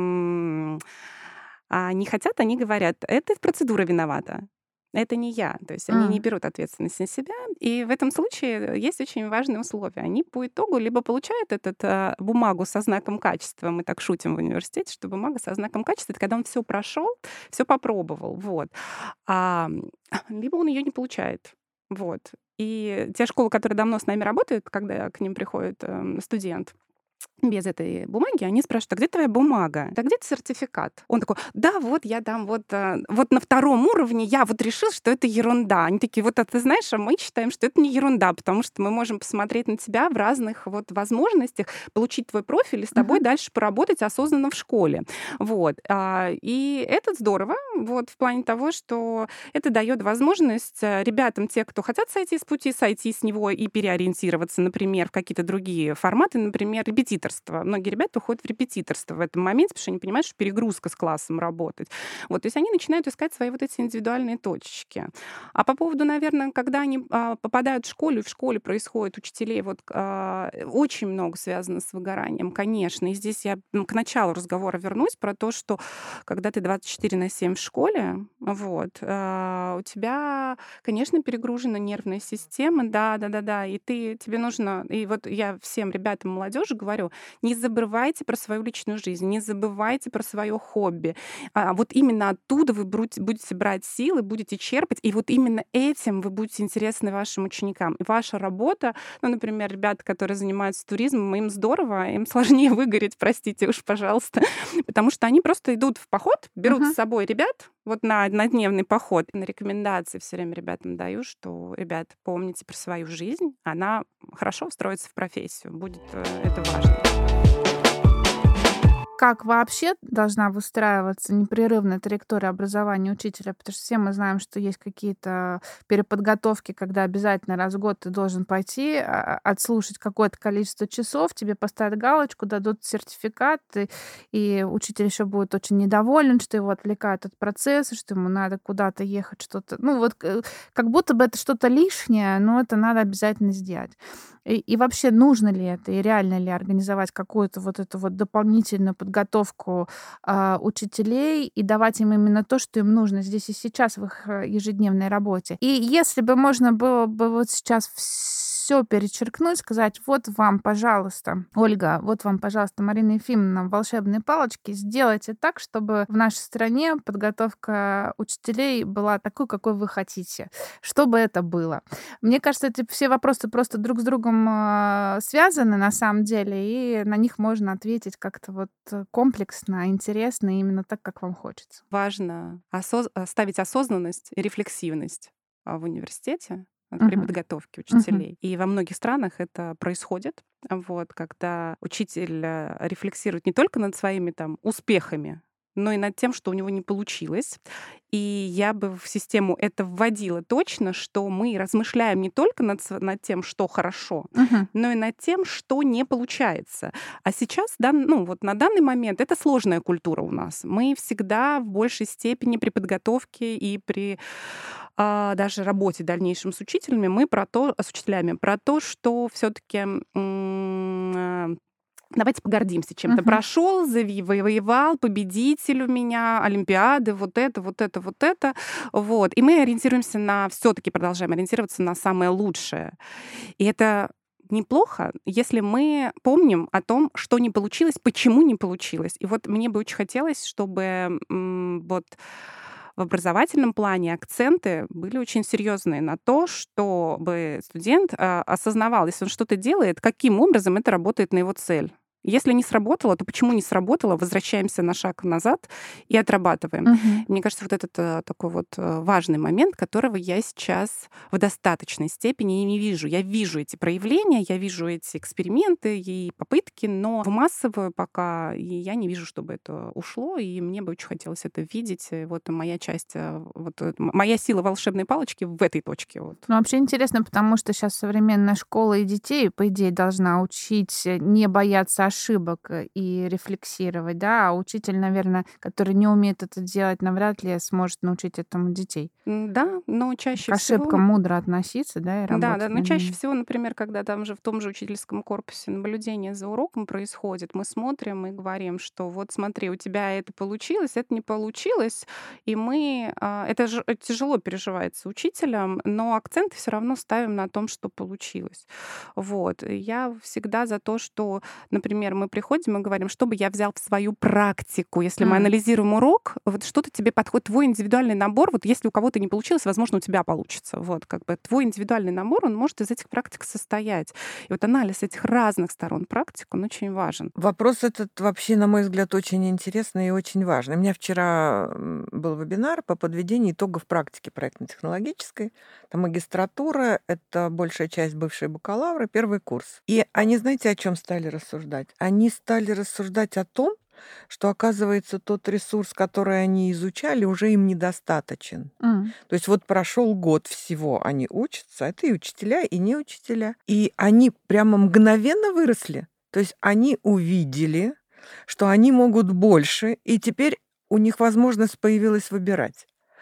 не хотят, они говорят, это процедура виновата. Это не я. То есть они не М. берут ответственность на себя. И в этом случае есть очень важные условия. Они по итогу либо получают эту бумагу со знаком качества, мы так шутим в университете, что бумага со знаком качества — это когда он все прошел, все попробовал. Вот. А, либо он ее не получает. Вот. И те школы, которые давно с нами работают, когда к ним приходит студент, без этой бумаги, они спрашивают: а где твоя бумага? Да где сертификат? Он такой: да, вот я дам, вот на втором уровне я вот решил, что это ерунда. Они такие: вот, а ты знаешь, а мы считаем, что это не ерунда, потому что мы можем посмотреть на тебя в разных вот возможностях, получить твой профиль и с тобой Мгм. дальше поработать осознанно в школе. Вот. И это здорово, вот, в плане того, что это дает возможность ребятам, те, кто хотят сойти с пути, сойти с него и переориентироваться, например, в какие-то другие форматы, например, репетиторство. Многие ребята уходят в репетиторство в этом моменте, потому что они понимают, что перегрузка с классом работать. Вот, то есть они начинают искать свои вот эти индивидуальные точечки. А по поводу, наверное, когда они попадают в школу, и в школе происходит учителей, вот очень много связано с выгоранием, конечно. И здесь я к началу разговора вернусь про то, что когда ты 24/7 в школе, вот, у тебя, конечно, перегружена нервная система, да, и тебе нужно, и вот я всем ребятам, молодежи говорю: не забывайте про свою личную жизнь, не забывайте про свое хобби. Вот именно оттуда вы будете брать силы, будете черпать, и вот именно этим вы будете интересны вашим ученикам. И ваша работа, например, ребята, которые занимаются туризмом, им здорово, им сложнее выгореть, простите уж, пожалуйста, потому что они просто идут в поход, берут с Мгм. собой ребят вот на дневный поход. На рекомендации все время ребятам даю, что, ребят, помните про свою жизнь, она хорошо встроится в профессию, будет это важно. Как вообще должна выстраиваться непрерывная траектория образования учителя? Потому что все мы знаем, что есть какие-то переподготовки, когда обязательно раз в год ты должен пойти, отслушать какое-то количество часов, тебе поставят галочку, дадут сертификат, и учитель еще будет очень недоволен, что его отвлекают от процесса, что ему надо куда-то ехать, что-то. Ну вот как будто бы это что-то лишнее, но это надо обязательно сделать. И вообще нужно ли это, и реально ли организовать какую-то вот эту вот дополнительную подготовку учителей и давать им именно то, что им нужно здесь и сейчас в их ежедневной работе. И если бы можно было бы вот сейчас все перечеркнуть, сказать, вот вам, пожалуйста, Ольга, вот вам, пожалуйста, Марина Ефимовна, волшебные палочки, сделайте так, чтобы в нашей стране подготовка учителей была такой, какой вы хотите. Что бы это было? Мне кажется, эти все вопросы просто друг с другом связаны на самом деле, и на них можно ответить как-то вот комплексно, интересно, именно так, как вам хочется. Важно ставить осознанность и рефлексивность в университете при Мгм. подготовке Мгм. учителей. И во многих странах это происходит, вот, когда учитель рефлексирует не только над своими там успехами, но и над тем, что у него не получилось. И я бы в систему это вводила точно, что мы размышляем не только над тем, что хорошо, Мгм. но и над тем, что не получается. А сейчас, вот на данный момент это сложная культура у нас. Мы всегда в большей степени при подготовке и при даже работе дальнейшем с учителями, с учителями, про то, что все-таки давайте погордимся чем-то. Мгм. Прошел, завоевал, победитель у меня, Олимпиады, вот это, вот это, вот это. Вот. И мы ориентируемся все-таки продолжаем ориентироваться на самое лучшее. И это неплохо, если мы помним о том, что не получилось, почему не получилось. И вот мне бы очень хотелось, чтобы вот в образовательном плане акценты были очень серьезные на то, чтобы студент осознавал, если он что-то делает, каким образом это работает на его цель. Если не сработало, то почему не сработало? Возвращаемся на шаг назад и отрабатываем. Мгм. Мне кажется, вот этот такой вот важный момент, которого я сейчас в достаточной степени не вижу. Я вижу эти проявления, я вижу эти эксперименты и попытки, но в массовую пока я не вижу, чтобы это ушло, и мне бы очень хотелось это видеть. И вот моя часть, моя сила волшебной палочки в этой точке. Вот. Ну, вообще интересно, потому что сейчас современная школа и детей, по идее, должна учить не бояться ошибок и рефлексировать, да, а учитель, наверное, который не умеет это делать, навряд ли сможет научить этому детей. Да, но чаще К ошибкам всего мудро относиться, да, и да, работать но над чаще ними. всего, например, когда там же в том же учительском корпусе наблюдение за уроком происходит, мы смотрим и говорим, что вот смотри, у тебя это получилось, это не получилось, и мы это же тяжело переживается учителям, но акцент все равно ставим на том, что получилось. Вот. И я всегда за то, что, например, мы приходим и говорим, что бы я взял в свою практику, если мы М. анализируем урок, вот что-то тебе подходит, твой индивидуальный набор, вот если у кого-то не получилось, возможно, у тебя получится. Вот, как бы твой индивидуальный набор, он может из этих практик состоять. И вот анализ этих разных сторон практик, он очень важен. Вопрос этот вообще, на мой взгляд, очень интересный и очень важный. У меня вчера был вебинар по подведению итогов практики проектно-технологической. Там магистратура, это большая часть бывшие бакалавры, первый курс. И они, знаете, о чем стали рассуждать? Они стали рассуждать о том, что, оказывается, тот ресурс, который они изучали, уже им недостаточен. М. То есть вот прошел год всего, они учатся, это и учителя, и не учителя. И они прямо мгновенно выросли. То есть они увидели, что они могут больше, и теперь у них возможность появилась выбирать.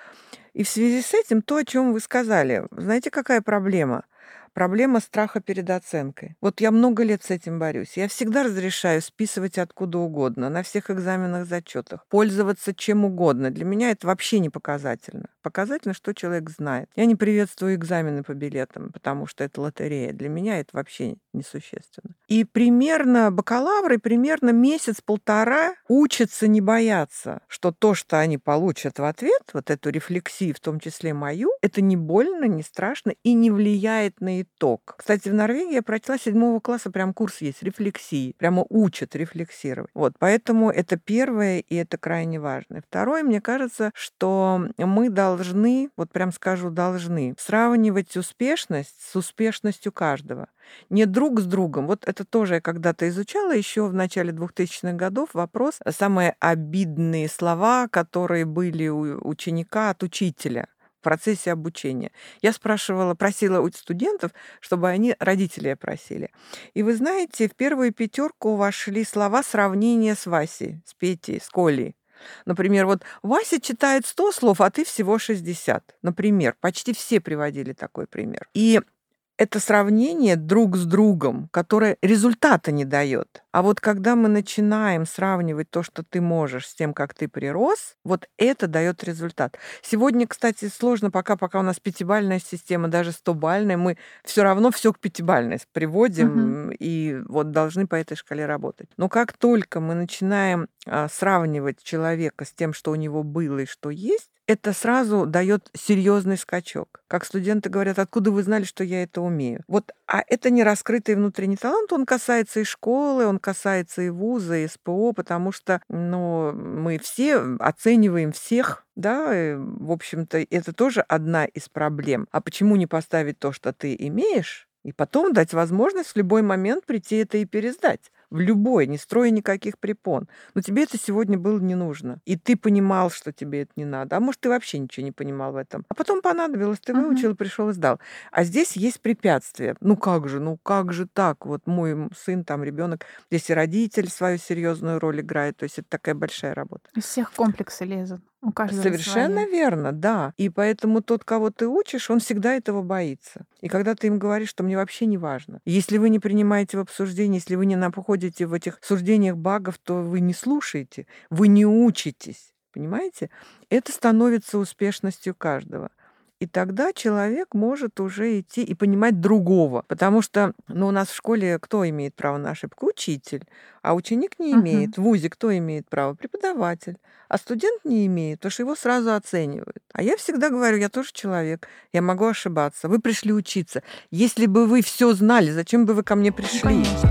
И в связи с этим то, о чем вы сказали, знаете, какая проблема? Проблема страха перед оценкой. Вот я много лет с этим борюсь. Я всегда разрешаю списывать откуда угодно, на всех экзаменах, зачетах, пользоваться чем угодно. Для меня это вообще не показательно. Показательно, что человек знает. Я не приветствую экзамены по билетам, потому что это лотерея. Для меня это вообще несущественно. И примерно бакалавры примерно месяц-полтора учатся не бояться, что то, что они получат в ответ, вот эту рефлексию, в том числе мою, это не больно, не страшно и не влияет на итог. Кстати, в Норвегии я прочла 7 класса, прям курс есть рефлексии, прямо учат рефлексировать. Вот, поэтому это первое, и это крайне важно. Второе, мне кажется, что мы должны, вот прям скажу, должны сравнивать успешность с успешностью каждого. Не друг с другом. Вот это тоже я когда-то изучала еще в начале 2000-х годов вопрос. Самые обидные слова, которые были у ученика от учителя в процессе обучения. Я просила у студентов, чтобы они, родителей просили. И вы знаете, в первую пятерку вошли слова сравнения с Васей, с Петей, с Колей. Например, вот Вася читает 100 слов, а ты всего 60. Например, почти все приводили такой пример. И это сравнение друг с другом, которое результата не дает. А вот когда мы начинаем сравнивать то, что ты можешь, с тем, как ты прирос, вот это дает результат. Сегодня, кстати, сложно, пока у нас пятибалльная система, даже 100-бальная, мы все равно все к пятибалльной приводим и вот должны по этой шкале работать. Но как только мы начинаем сравнивать человека с тем, что у него было и что есть, это сразу дает серьезный скачок. Как студенты говорят, откуда вы знали, что я это умею? Вот, а это не раскрытый внутренний талант, он касается и школы, он касается и вуза, и СПО, потому что мы все оцениваем всех, да, и, в общем-то, это тоже одна из проблем. А почему не поставить то, что ты имеешь, и потом дать возможность в любой момент прийти это и пересдать? В любой, не строя никаких препон. Но тебе это сегодня было не нужно. И ты понимал, что тебе это не надо. А может, ты вообще ничего не понимал в этом. А потом понадобилось, ты выучил, пришел и сдал. А здесь есть препятствия. Ну как же так? Вот мой сын, там, ребенок, здесь и родитель свою серьезную роль играет. То есть это такая большая работа. Из всех комплексы лезут. У каждого Совершенно свои. верно, да. И поэтому тот, кого ты учишь, он всегда этого боится. И когда ты им говоришь, что мне вообще не важно. Если вы не принимаете в обсуждении, если вы не находите в этих суждениях багов, то вы не слушаете, вы не учитесь. Понимаете? Это становится успешностью каждого. И тогда человек может уже идти и понимать другого. Потому что у нас в школе кто имеет право на ошибку? Учитель. А ученик не имеет. В вузе кто имеет право? Преподаватель. А студент не имеет, потому что его сразу оценивают. А я всегда говорю, я тоже человек, я могу ошибаться. Вы пришли учиться. Если бы вы все знали, зачем бы вы ко мне пришли? Конечно.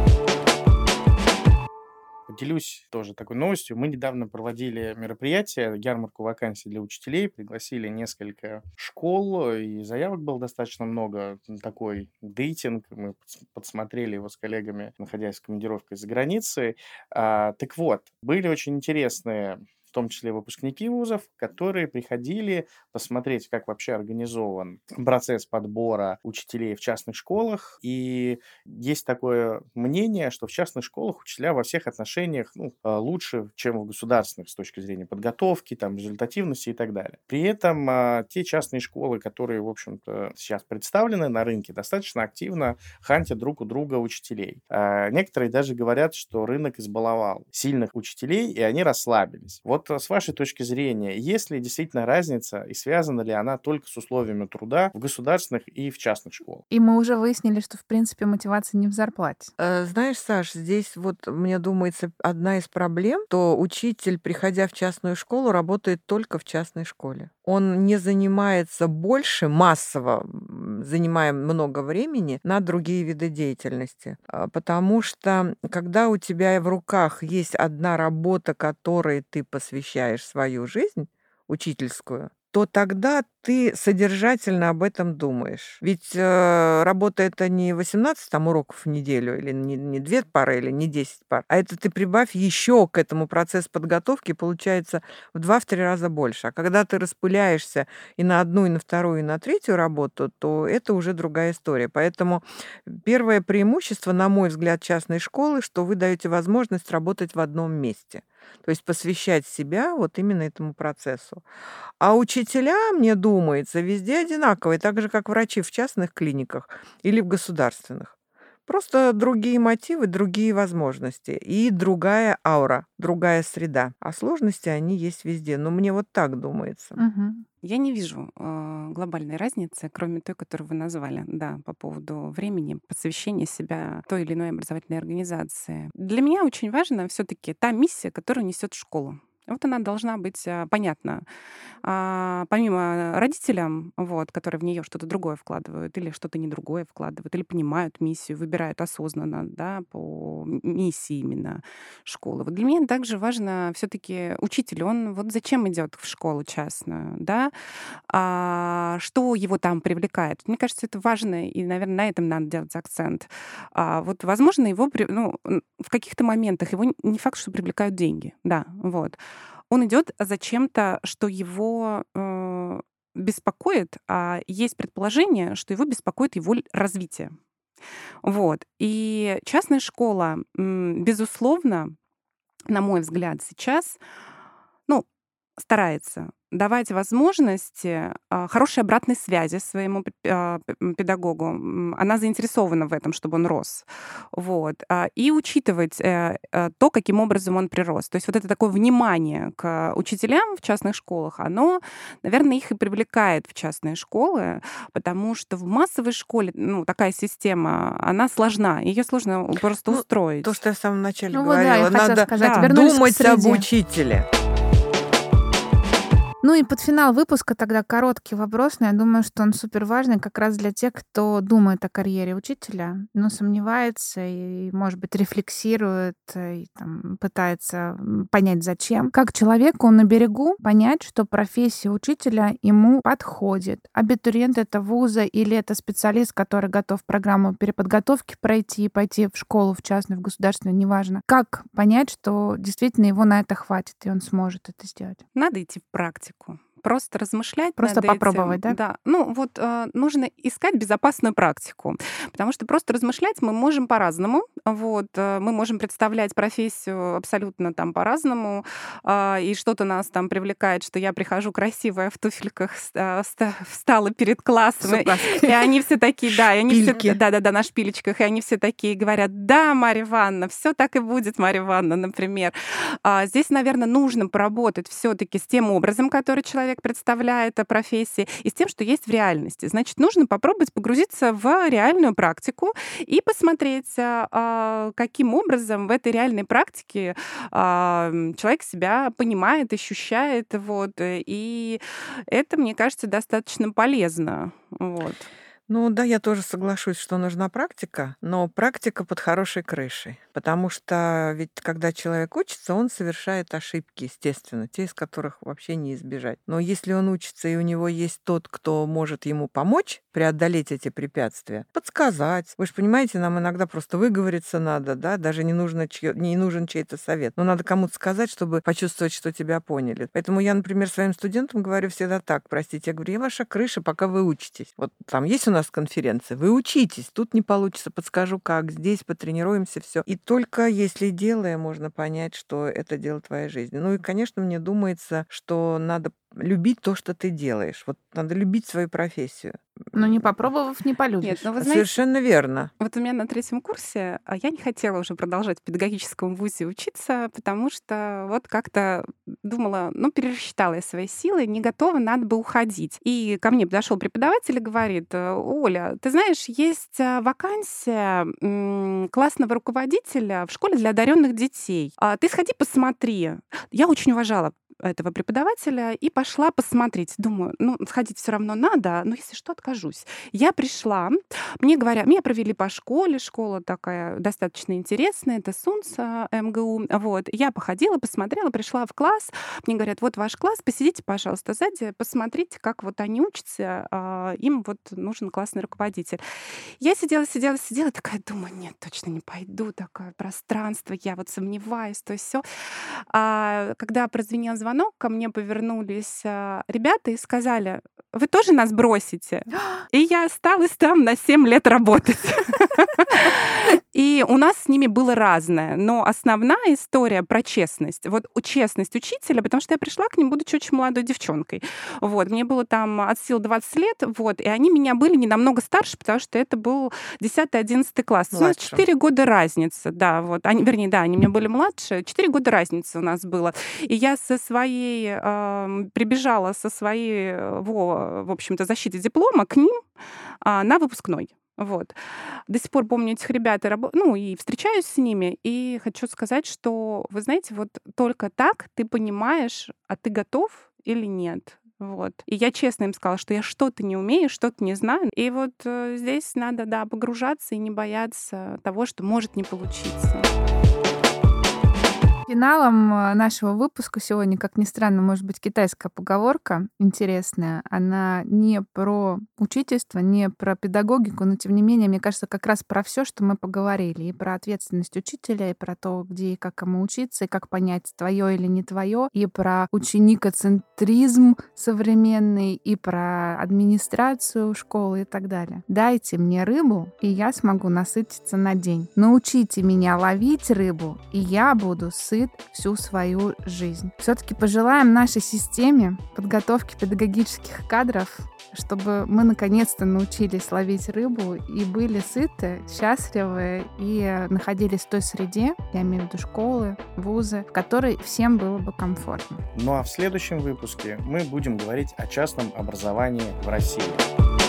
Поделюсь тоже такой новостью. Мы недавно проводили мероприятие, ярмарку вакансий для учителей, пригласили несколько школ, и заявок было достаточно много. Такой дейтинг, мы подсмотрели его с коллегами, находясь в командировке за границей. Так вот, были очень интересные, в том числе выпускники вузов, которые приходили посмотреть, как вообще организован процесс подбора учителей в частных школах. И есть такое мнение, что в частных школах учителя во всех отношениях лучше, чем в государственных с точки зрения подготовки, там, результативности и так далее. При этом те частные школы, которые, в общем-то, сейчас представлены на рынке, достаточно активно хантят друг у друга учителей. Некоторые даже говорят, что рынок избаловал сильных учителей, и они расслабились. Вот с вашей точки зрения, есть ли действительно разница и связана ли она только с условиями труда в государственных и в частных школах? И мы уже выяснили, что, в принципе, мотивация не в зарплате. Знаешь, Саш, здесь вот, мне думается, одна из проблем, то учитель, приходя в частную школу, работает только в частной школе. Он не занимается больше массово, занимая много времени на другие виды деятельности. Потому что, когда у тебя в руках есть одна работа, которой ты посвящаешь свою жизнь, учительскую, то тогда ты содержательно об этом думаешь. Ведь работа это не 18 уроков в неделю, или не 2 пары, или не 10 пар, а это ты прибавь еще к этому процессу подготовки, получается в 2-3 раза больше. А когда ты распыляешься и на одну, и на вторую, и на третью работу, то это уже другая история. Поэтому первое преимущество, на мой взгляд, частной школы, что вы даете возможность работать в одном месте. То есть посвящать себя вот именно этому процессу. А учителя, мне думается, везде одинаковые, так же, как врачи в частных клиниках или в государственных. Просто другие мотивы, другие возможности и другая аура, другая среда. А сложности, они есть везде. Но мне вот так думается. Я не вижу глобальной разницы, кроме той, которую вы назвали, да, по поводу времени посвящения себя той или иной образовательной организации. Для меня очень важна все-таки та миссия, которую несет школа. Вот она должна быть понятна. Помимо родителям, которые в нее что-то другое вкладывают, или что-то не другое вкладывают, или понимают миссию, выбирают осознанно, да, по миссии именно школы. Вот для меня также важно все-таки учитель, он вот зачем идет в школу частную, да, что его там привлекает. Мне кажется, это важно, и, наверное, на этом надо делать акцент. Вот, возможно, его, в каких-то моментах его не факт, что привлекают деньги, да, вот. Он идет за чем-то, что его беспокоит, а есть предположение, что его беспокоит его развитие. Вот. И частная школа, безусловно, на мой взгляд, сейчас, старается давать возможности хорошей обратной связи своему педагогу. Она заинтересована в этом, чтобы он рос. Вот. И учитывать то, каким образом он прирос. То есть вот это такое внимание к учителям в частных школах, оно, наверное, их и привлекает в частные школы, потому что в массовой школе такая система, она сложна. Ее сложно просто устроить. То, что я в самом начале я говорила, хотела надо сказать, думать об учителе. Ну и под финал выпуска тогда короткий вопрос, но я думаю, что он супер важный как раз для тех, кто думает о карьере учителя, но сомневается и, может быть, рефлексирует и пытается понять, зачем. Как человеку на берегу понять, что профессия учителя ему подходит? Абитуриент это вуза или это специалист, который готов программу переподготовки пройти и пойти в школу, в частную, в государственную, неважно. Как понять, что действительно его на это хватит, и он сможет это сделать? Надо идти в практику. Просто размышлять просто над попробовать, этим. Да? Нужно искать безопасную практику, потому что просто размышлять мы можем по-разному. Мы можем представлять профессию абсолютно по-разному, и что-то нас привлекает, что я прихожу красивая в туфельках, встала перед классом, и они все такие, на шпилечках, и они все такие говорят: да, Марья Ивановна, все так и будет, Марья Ивановна, например. Здесь, наверное, нужно поработать все-таки с тем образом, который человек представляет о профессии, и с тем, что есть в реальности. Значит, нужно попробовать погрузиться в реальную практику и посмотреть, каким образом в этой реальной практике человек себя понимает, ощущает. И это, мне кажется, достаточно полезно. Я тоже соглашусь, что нужна практика, но практика под хорошей крышей. Потому что ведь когда человек учится, он совершает ошибки, естественно, те, из которых вообще не избежать. Но если он учится, и у него есть тот, кто может ему помочь преодолеть эти препятствия, подсказать. Вы же понимаете, нам иногда просто выговориться надо, да, даже не нужен чей-то совет. Но надо кому-то сказать, чтобы почувствовать, что тебя поняли. Поэтому я, например, своим студентам говорю всегда так: простите, я говорю, я ваша крыша, пока вы учитесь. Вот там есть у нас конференция, вы учитесь, тут не получится, подскажу как, здесь потренируемся, все. И только если делая, можно понять, что это дело твоей жизни. И, конечно, мне думается, что надо любить то, что ты делаешь. Надо любить свою профессию. Но не попробовав, не полюбишь. Нет, вы знаете, совершенно верно. У меня на 3-м курсе я не хотела уже продолжать в педагогическом вузе учиться, потому что как-то думала, пересчитала я свои силы, не готова, надо бы уходить. И ко мне подошел преподаватель и говорит: Оля, ты знаешь, есть вакансия классного руководителя в школе для одаренных детей. Ты сходи, посмотри. Я очень уважала этого преподавателя и пошла посмотреть. Думаю, сходить все равно надо, но если что, откажусь. Я пришла, мне говорят, меня провели по школе, школа такая достаточно интересная, это СУНС МГУ. Я походила, посмотрела, пришла в класс, мне говорят: вот ваш класс, посидите, пожалуйста, сзади, посмотрите, как они учатся, им нужен классный руководитель. Я сидела, такая думаю, нет, точно не пойду, такое пространство, я сомневаюсь, то есть все. Когда прозвенел звонок, ко мне повернулись ребята и сказали: вы тоже нас бросите? И я осталась там на 7 лет работать. И у нас с ними было разное. Но основная история про честность. Честность учителя, потому что я пришла к ним, будучи очень молодой девчонкой. Мне было там от сил 20 лет, и они меня были не намного старше, потому что это был 10-11 класс. У нас 4 года разница, да. Они меня были младше, 4 года разницы у нас было. И я прибежала со своей, в общем-то, защитой диплома к ним на выпускной. До сих пор помню этих ребят и встречаюсь с ними. И хочу сказать, что, вы знаете, только так ты понимаешь, а ты готов или нет. И я честно им сказала, что я что-то не умею, что-то не знаю. И здесь надо, погружаться и не бояться того, что может не получиться. Финалом нашего выпуска сегодня, как ни странно, может быть китайская поговорка интересная. Она не про учительство, не про педагогику, но тем не менее, мне кажется, как раз про все, что мы поговорили. И про ответственность учителя, и про то, где и как кому учиться, и как понять, твое или не твое, и про ученикоцентризм современный, и про администрацию школы и так далее. Дайте мне рыбу, и я смогу насытиться на день. Научите меня ловить рыбу, и я буду сыт сыт всю свою жизнь. Все-таки пожелаем нашей системе подготовки педагогических кадров, чтобы мы наконец-то научились ловить рыбу и были сыты, счастливы и находились в той среде, я имею в виду школы, вузы, в которой всем было бы комфортно. Ну а в следующем выпуске мы будем говорить о частном образовании в России.